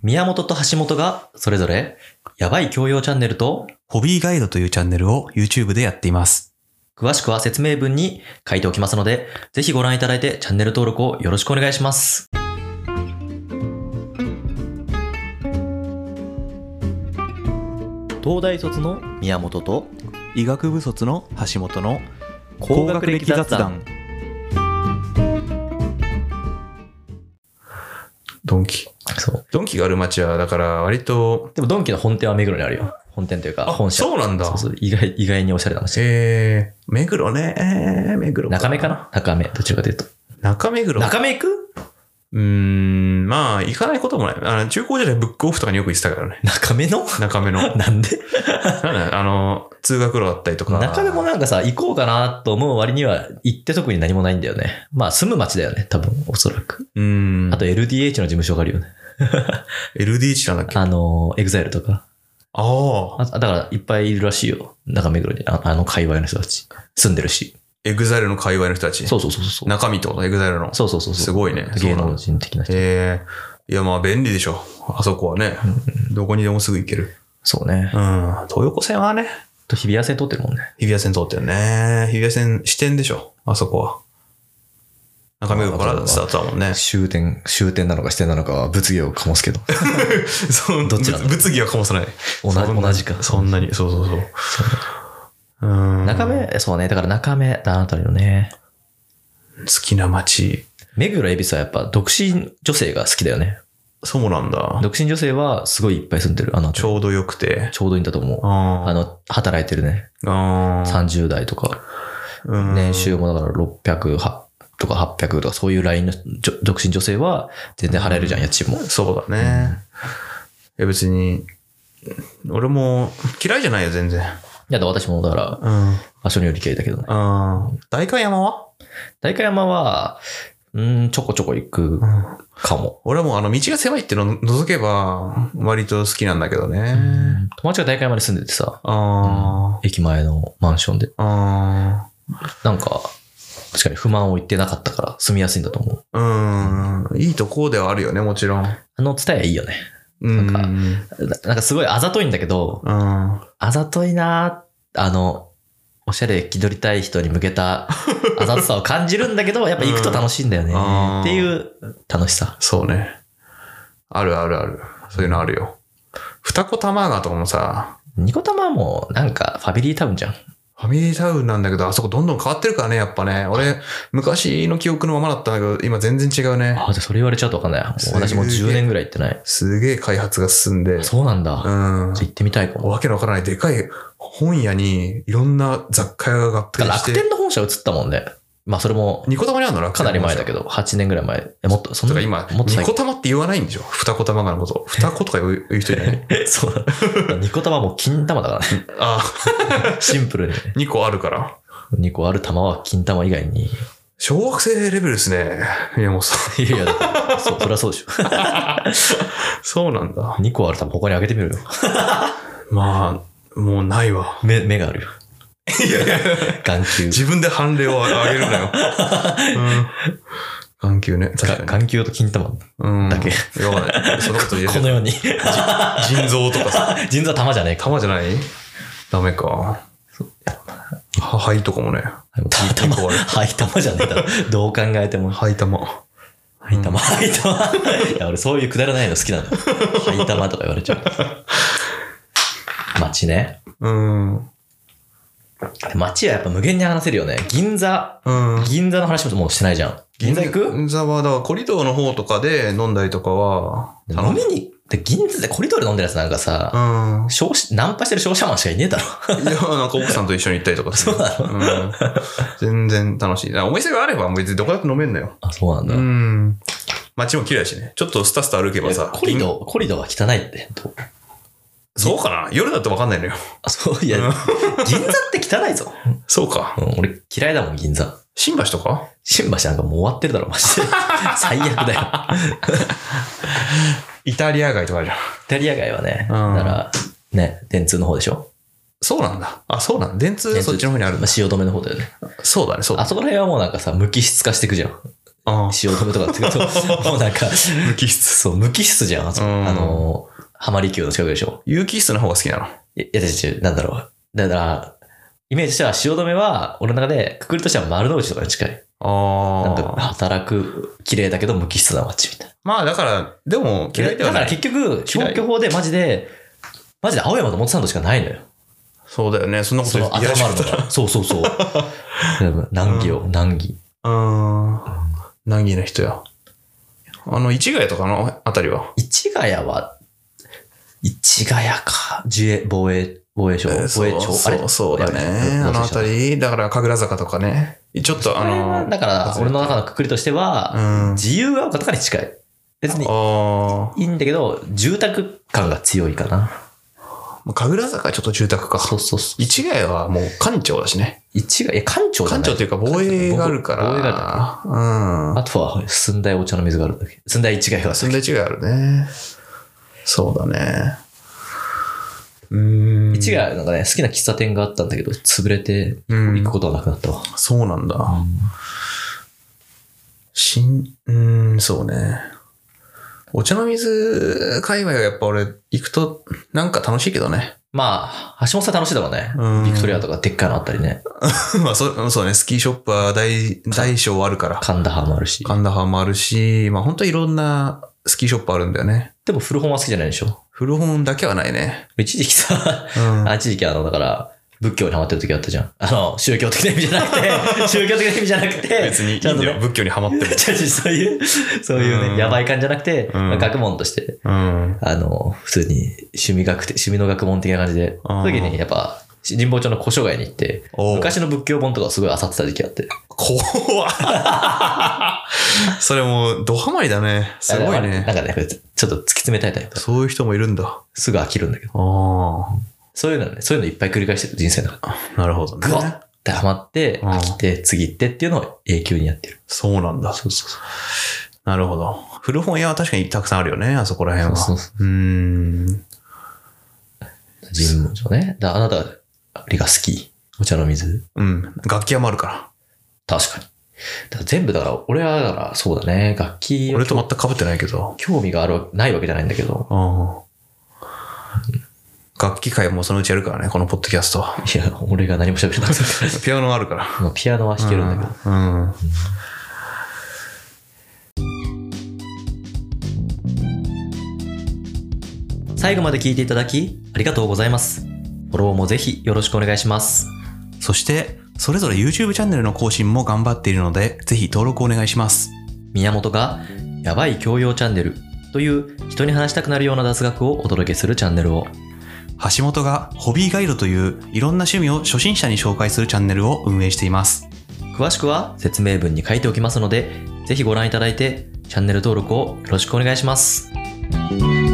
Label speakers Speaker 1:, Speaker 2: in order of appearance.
Speaker 1: 宮本と橋本がそれぞれやばい教養チャンネルと
Speaker 2: ホビーガイドというチャンネルを YouTube でやっています。
Speaker 1: 詳しくは説明文に書いておきますので、ぜひご覧いただいてチャンネル登録をよろしくお願いします。東大卒の宮本と
Speaker 2: 医学部卒の橋本の
Speaker 1: 高学歴雑談。
Speaker 2: ドンキ。
Speaker 1: そう。
Speaker 2: ドンキがある街はだから割と。
Speaker 1: でもドンキの本店は目黒にあるよ。本店というか本社。
Speaker 2: そうなんだ。
Speaker 1: そうそう。意外におしゃれな街。
Speaker 2: 目黒ね。目黒。
Speaker 1: 中目かな？中目。どちらかというと。
Speaker 2: 中目黒。
Speaker 1: 中目行く？
Speaker 2: まあ、行かないこともない。中高時代ブックオフとかによく行ってたからね。
Speaker 1: 中目のなんで
Speaker 2: 通学路だったりとか。
Speaker 1: 中目もなんかさ、行こうかなと思う割には、行って特に何もないんだよね。まあ、住む街だよね、多分、おそらく。あと、LDH の事務所があるよね。
Speaker 2: LDH なんだっけ
Speaker 1: EXILE とか。だから、いっぱいいるらしいよ。中目黒に。界隈の人たち。住んでるし。
Speaker 2: EXILE の界隈の人たち。
Speaker 1: そう。
Speaker 2: 中身ってこと ?EXILE の。
Speaker 1: そう。
Speaker 2: すごいね。
Speaker 1: 芸能人的な人。
Speaker 2: いや、まあ便利でしょ。あそこはね。どこにでもすぐ行ける。
Speaker 1: そうね。
Speaker 2: 東横線はね。
Speaker 1: 日比谷線通ってるもんね。
Speaker 2: 日比谷線通ってるね。日比谷線支店でしょ。あそこは。中目黒からスタートだもんね。
Speaker 1: 終点なのか支店なのかは物議を醸すけど。どっちなんだ？
Speaker 2: 物議は醸さない。
Speaker 1: 同じか。
Speaker 2: そんなに。そう。
Speaker 1: 中目、そうね。だから中目、あのたりのね。
Speaker 2: 好きな街。
Speaker 1: 目黒恵比寿はやっぱ独身女性が好きだよね。
Speaker 2: そうなんだ。
Speaker 1: 独身女性はすごいいっぱい住んでる。
Speaker 2: ちょうどよくて。
Speaker 1: ちょうどいいんだと思う。働いてるね。30代とか。年収もだから600とか800とかそういうラインの独身女性は全然払えるじゃん、家賃も。
Speaker 2: そうだね。いや別に、俺も嫌いじゃないよ、全然。
Speaker 1: いや、私もだから、場所により嫌いだけどね。
Speaker 2: 代官山は
Speaker 1: ちょこちょこ行くかも。
Speaker 2: 俺も道が狭いっていうのを除けば、割と好きなんだけどね。
Speaker 1: 友達が代官山に住んでてさ、駅前のマンションで。なんか、確かに不満を言ってなかったから住みやすいんだと思う。
Speaker 2: いいとこではあるよね、もちろん。
Speaker 1: ツタヤいいよね。なんかすごいあざといんだけど、あざといなおしゃれ気取りたい人に向けたあざとさを感じるんだけど、やっぱ行くと楽しいんだよね。っていう楽しさ。
Speaker 2: そうね。ある。そういうのあるよ。二子玉川とかもさ。
Speaker 1: 二子玉はもうなんかファミリータウンじゃん。
Speaker 2: ファミリータウンなんだけど、あそこどんどん変わってるからね、やっぱね。俺、昔の記憶のままだったんだけど、今全然違うね。
Speaker 1: じゃあそれ言われちゃうとわかんない。私もう10年ぐらい行ってない。
Speaker 2: すげえ開発が進んで。
Speaker 1: そうなんだ。じゃあ行ってみたいかも。
Speaker 2: わけのわからないでかい本屋にいろんな雑貨屋が合併して。
Speaker 1: 楽天の本社移ったもんね。まあそれも。
Speaker 2: ニコタマにあるの楽天
Speaker 1: かなり前だけど、8年ぐらい前。もっと、そんな
Speaker 2: 今、ニコタマって言わないんでしょ？二子玉川のこと。二子とか言う人いない？
Speaker 1: そうだ。ニコ玉も金玉だからね。シンプルに。2
Speaker 2: 個あるから。
Speaker 1: 2個ある玉は金玉以外に。
Speaker 2: 小学生レベルですね。宮本さん。
Speaker 1: いや、そりゃそうでしょ。
Speaker 2: そうなんだ。
Speaker 1: 2個ある玉他にあげてみるよ。
Speaker 2: まあ、もうないわ。
Speaker 1: 目があるよ。
Speaker 2: いや
Speaker 1: 眼球。
Speaker 2: 自分で判例を上げるなよ。眼球ね。
Speaker 1: 眼球と金玉だけ。
Speaker 2: やばない。そのこと言えない。
Speaker 1: このように。
Speaker 2: 腎臓とかさ。
Speaker 1: 腎臓は玉じゃねえか。
Speaker 2: 玉じゃない？ダメか。肺とかもね。
Speaker 1: 肺玉じゃねえだろ。どう考えても。
Speaker 2: 肺玉。
Speaker 1: いや、俺そういうくだらないの好きなの。肺玉とか言われちゃう。街ね。街はやっぱ無限に話せるよね。銀座の話ももうしてないじゃん。銀座行く？
Speaker 2: 銀座は、だからコリドーの方とかで飲んだりとかは。
Speaker 1: 飲みに、銀座でコリドーで飲んでるやつなんかさ、ナンパしてる商社マンしかいねえだろ。
Speaker 2: いや、なんか奥さんと一緒に行ったりとか
Speaker 1: そうなの？
Speaker 2: 全然楽しい。お店があれば別にどこだって飲めんのよ。
Speaker 1: あ、そうなんだ。
Speaker 2: 街も綺麗だしね。ちょっとスタスタ歩けばさ。
Speaker 1: コリドーは汚いって。
Speaker 2: そうかな？夜だと分かんないのよ。
Speaker 1: いや、銀座って汚いぞ。
Speaker 2: そうか。
Speaker 1: 俺嫌いだもん、銀座。
Speaker 2: 新橋とか？
Speaker 1: 新橋なんかもう終わってるだろ、マジで。最悪だよ。
Speaker 2: イタリア街とかあるじゃん。イ
Speaker 1: タリア街はね、だからね、電通の方でしょ？
Speaker 2: そうなんだ。そうなんだ。電通そっちの方にあるんだ。
Speaker 1: 汐留の方だよね。
Speaker 2: そうだね、そうだね。
Speaker 1: あそこら辺はもうなんかさ、無機質化していくじゃん。 汐留とかって言うと、もうなんか、
Speaker 2: 無機質。
Speaker 1: そう、無機質じゃん。浜離宮の近くでしょ。
Speaker 2: 有機質の方が好きなの？
Speaker 1: いや、なんだろう。だから、イメージとしては汐留は、俺の中で、くくりとしては丸の内とかに近い。なんか働く、綺麗だけど無機質な街みたいな。
Speaker 2: まあだから、でも嫌いではない。
Speaker 1: だから結局、消去法でマジで青山と表参道しかないのよ。
Speaker 2: そうだよね。そんなこと言って
Speaker 1: 頭あるのが。そう。難儀。
Speaker 2: 難儀な人や。市ヶ谷とかのあたりは？
Speaker 1: 市ヶ谷か。防衛省。
Speaker 2: あれそうだね。あのあたり、だから神楽坂とかね。ちょっと
Speaker 1: だから、俺の中のくくりとしては、自由が丘とかに近い。別に、いいんだけど、住宅感が強いかな。
Speaker 2: 神楽坂はちょっと住宅か。
Speaker 1: そう。
Speaker 2: 市ヶ谷はもう官庁だしね。
Speaker 1: 官庁だね。
Speaker 2: 官庁っていうか防衛があるから。
Speaker 1: 防衛がある。あとは、寸大お茶の水があるんだけど。寸大市ヶ谷がある。
Speaker 2: 寸大市ヶ谷あるね。そうだね。
Speaker 1: 市ヶ谷なんかね、好きな喫茶店があったんだけど、潰れて、行くことはなくなったわ。
Speaker 2: そうなんだ。そうね。お茶の水界隈はやっぱ俺行くとなんか楽しいけどね。
Speaker 1: まあ、橋本さん楽しいだろうね。ビクトリアとかでっかいのあったりね。
Speaker 2: まあそうね、スキーショップは大小あるから。
Speaker 1: カンダハーもあるし。
Speaker 2: まあ本当いろんなスキーショップあるんだよね。
Speaker 1: でも古本は好きじゃないでしょ？
Speaker 2: 古本だけはないね。
Speaker 1: 一時期さ、一時期だから、仏教にハマってる時あったじゃん。宗教的な意味じゃなくて、
Speaker 2: 別にいいんだよ、仏教にハマっても。
Speaker 1: そういうね、やばい感じじゃなくて、学問として、普通に趣味の学問的な感じで、その時にやっぱ、神保町の古書街に行って、昔の仏教本とかすごい漁ってた時期あって。
Speaker 2: 怖っそれもう、ドハマりだね。すごいね。
Speaker 1: なんかね、ちょっと突き詰めたいタイプ。
Speaker 2: そういう人もいるんだ。
Speaker 1: すぐ飽きるんだけど。そういうのいっぱい繰り返してる人生だから。
Speaker 2: なるほどね。
Speaker 1: グワッてハマって、飽きて、次行ってっていうのを永久にやってる。
Speaker 2: そうなんだ。そう。なるほど。古本屋は確かにたくさんあるよね、あそこら辺は。そう。
Speaker 1: 神保町ね。あなた、あれが好き？お茶の水？
Speaker 2: 楽器屋もあるから。
Speaker 1: 確かに。全部だから、俺はだから、そうだね。楽器。
Speaker 2: 俺と全く被ってないけど。
Speaker 1: 興味がないわけじゃないんだけど。
Speaker 2: 楽器会もそのうちやるからね、このポッドキャスト。
Speaker 1: いや、俺が何も喋れなかった。
Speaker 2: ピアノあるから。
Speaker 1: ピアノは弾けるんだけど。最後まで聞いていただき、ありがとうございます。フォローもぜひよろしくお願いします。
Speaker 2: そして、それぞれ YouTube チャンネルの更新も頑張っているので、ぜひ登録お願いします。
Speaker 1: 宮本が、やばい教養チャンネルという人に話したくなるような雑学をお届けするチャンネルを、
Speaker 2: 橋本がホビーガイドといういろんな趣味を初心者に紹介するチャンネルを運営しています。
Speaker 1: 詳しくは説明文に書いておきますので、ぜひご覧いただいてチャンネル登録をよろしくお願いします。